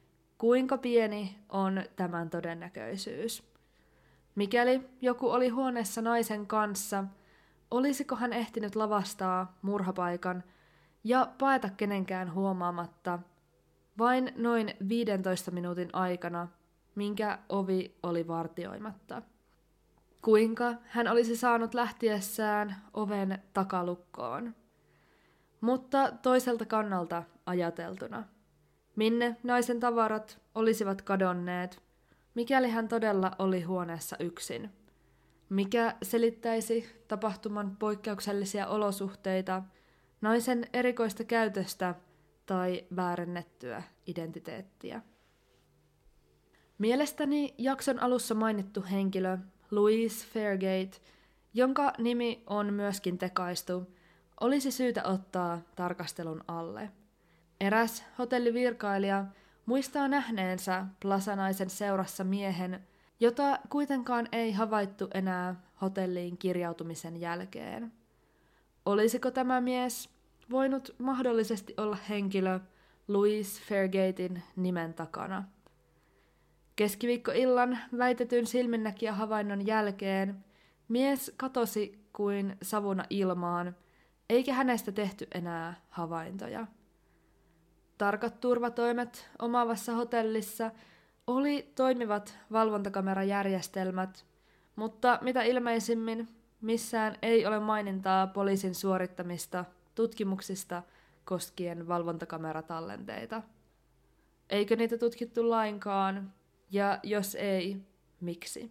kuinka pieni on tämän todennäköisyys. Mikäli joku oli huoneessa naisen kanssa, olisiko hän ehtinyt lavastaa murhapaikan ja paeta kenenkään huomaamatta vain noin viidentoista minuutin aikana, minkä ovi oli vartioimatta? Kuinka hän olisi saanut lähtiessään oven takalukkoon? Mutta toiselta kannalta ajateltuna, minne naisen tavarat olisivat kadonneet, mikäli hän todella oli huoneessa yksin? Mikä selittäisi tapahtuman poikkeuksellisia olosuhteita, naisen erikoista käytöstä tai väärennettyä identiteettiä? Mielestäni jakson alussa mainittu henkilö, Louise Fairgate, jonka nimi on myöskin tekaistu, olisi syytä ottaa tarkastelun alle. Eräs hotellivirkailija muistaa nähneensä Plaza-naisen seurassa miehen, jota kuitenkaan ei havaittu enää hotelliin kirjautumisen jälkeen. Olisiko tämä mies voinut mahdollisesti olla henkilö Louise Fairgatein nimen takana? Keskiviikkoillan väitetyn silminnäkijähavainnon jälkeen mies katosi kuin savuna ilmaan, eikä hänestä tehty enää havaintoja. Tarkat turvatoimet omaavassa hotellissa oli toimivat valvontakamerajärjestelmät, mutta mitä ilmeisimmin missään ei ole mainintaa poliisin suorittamista tutkimuksista koskien valvontakameratallenteita. Eikö niitä tutkittu lainkaan, ja jos ei, miksi?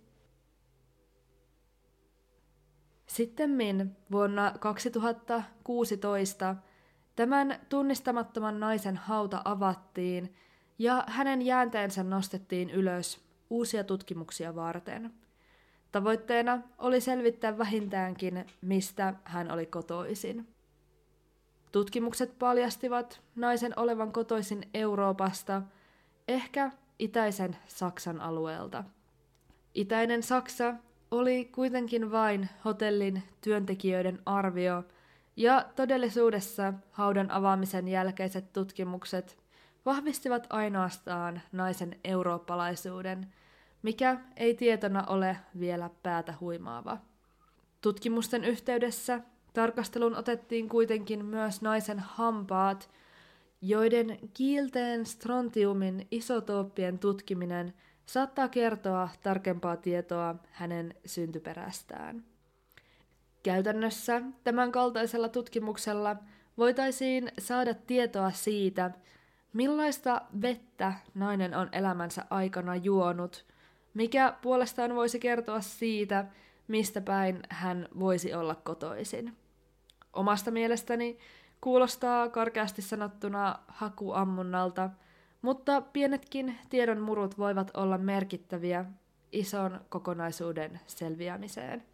Sittemmin vuonna kaksituhattakuusitoista tämän tunnistamattoman naisen hauta avattiin ja hänen jäänteensä nostettiin ylös uusia tutkimuksia varten. Tavoitteena oli selvittää vähintäänkin, mistä hän oli kotoisin. Tutkimukset paljastivat naisen olevan kotoisin Euroopasta, ehkä itäisen Saksan alueelta. Itäinen Saksa oli kuitenkin vain hotellin työntekijöiden arvio, ja todellisuudessa haudan avaamisen jälkeiset tutkimukset vahvistivat ainoastaan naisen eurooppalaisuuden, mikä ei tietona ole vielä päätä huimaava. Tutkimusten yhteydessä tarkasteluun otettiin kuitenkin myös naisen hampaat, joiden kiilteen strontiumin isotooppien tutkiminen saattaa kertoa tarkempaa tietoa hänen syntyperästään. Käytännössä tämän kaltaisella tutkimuksella voitaisiin saada tietoa siitä, millaista vettä nainen on elämänsä aikana juonut, mikä puolestaan voisi kertoa siitä, mistä päin hän voisi olla kotoisin. Omasta mielestäni kuulostaa karkeasti sanottuna hakuammunnalta, mutta pienetkin tiedon murut voivat olla merkittäviä ison kokonaisuuden selviämiseen.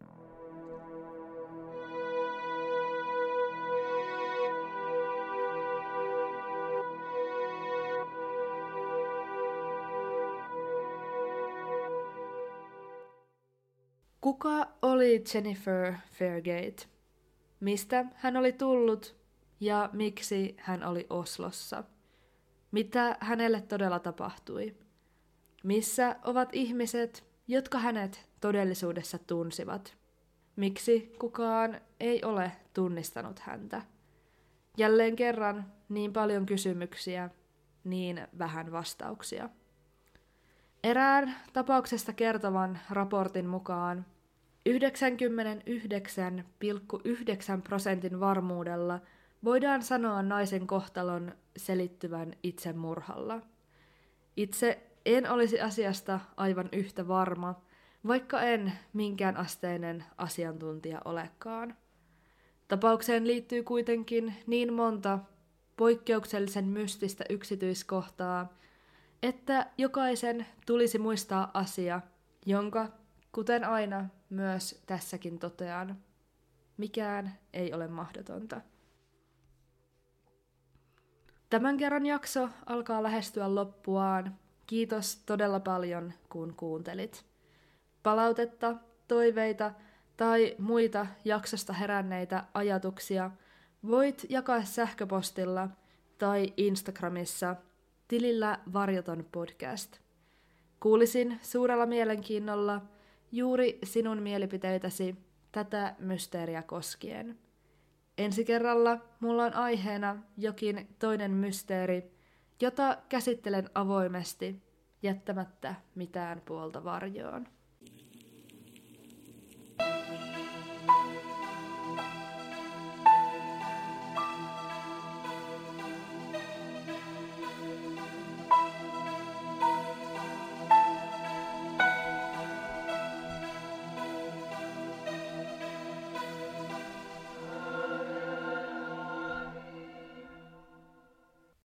Kuka oli Jennifer Fairgate? Mistä hän oli tullut ja miksi hän oli Oslossa? Mitä hänelle todella tapahtui? Missä ovat ihmiset, jotka hänet todellisuudessa tunsivat? Miksi kukaan ei ole tunnistanut häntä? Jälleen kerran niin paljon kysymyksiä, niin vähän vastauksia. Erään tapauksesta kertovan raportin mukaan yhdeksänkymmentäyhdeksän pilkku yhdeksän prosentin varmuudella voidaan sanoa naisen kohtalon selittyvän itsemurhalla. Itse en olisi asiasta aivan yhtä varma, vaikka en minkään asteinen asiantuntija olekaan. Tapaukseen liittyy kuitenkin niin monta poikkeuksellisen mystistä yksityiskohtaa, että jokaisen tulisi muistaa asia, jonka, kuten aina, myös tässäkin totean, mikään ei ole mahdotonta. Tämän kerran jakso alkaa lähestyä loppuaan. Kiitos todella paljon, kun kuuntelit. Palautetta, toiveita tai muita jaksosta heränneitä ajatuksia voit jakaa sähköpostilla tai Instagramissa tilillä Varjoton podcast. Kuulisin suurella mielenkiinnolla juuri sinun mielipiteitäsi tätä mysteeriä koskien. Ensi kerralla mulla on aiheena jokin toinen mysteeri, jota käsittelen avoimesti, jättämättä mitään puolta varjoon.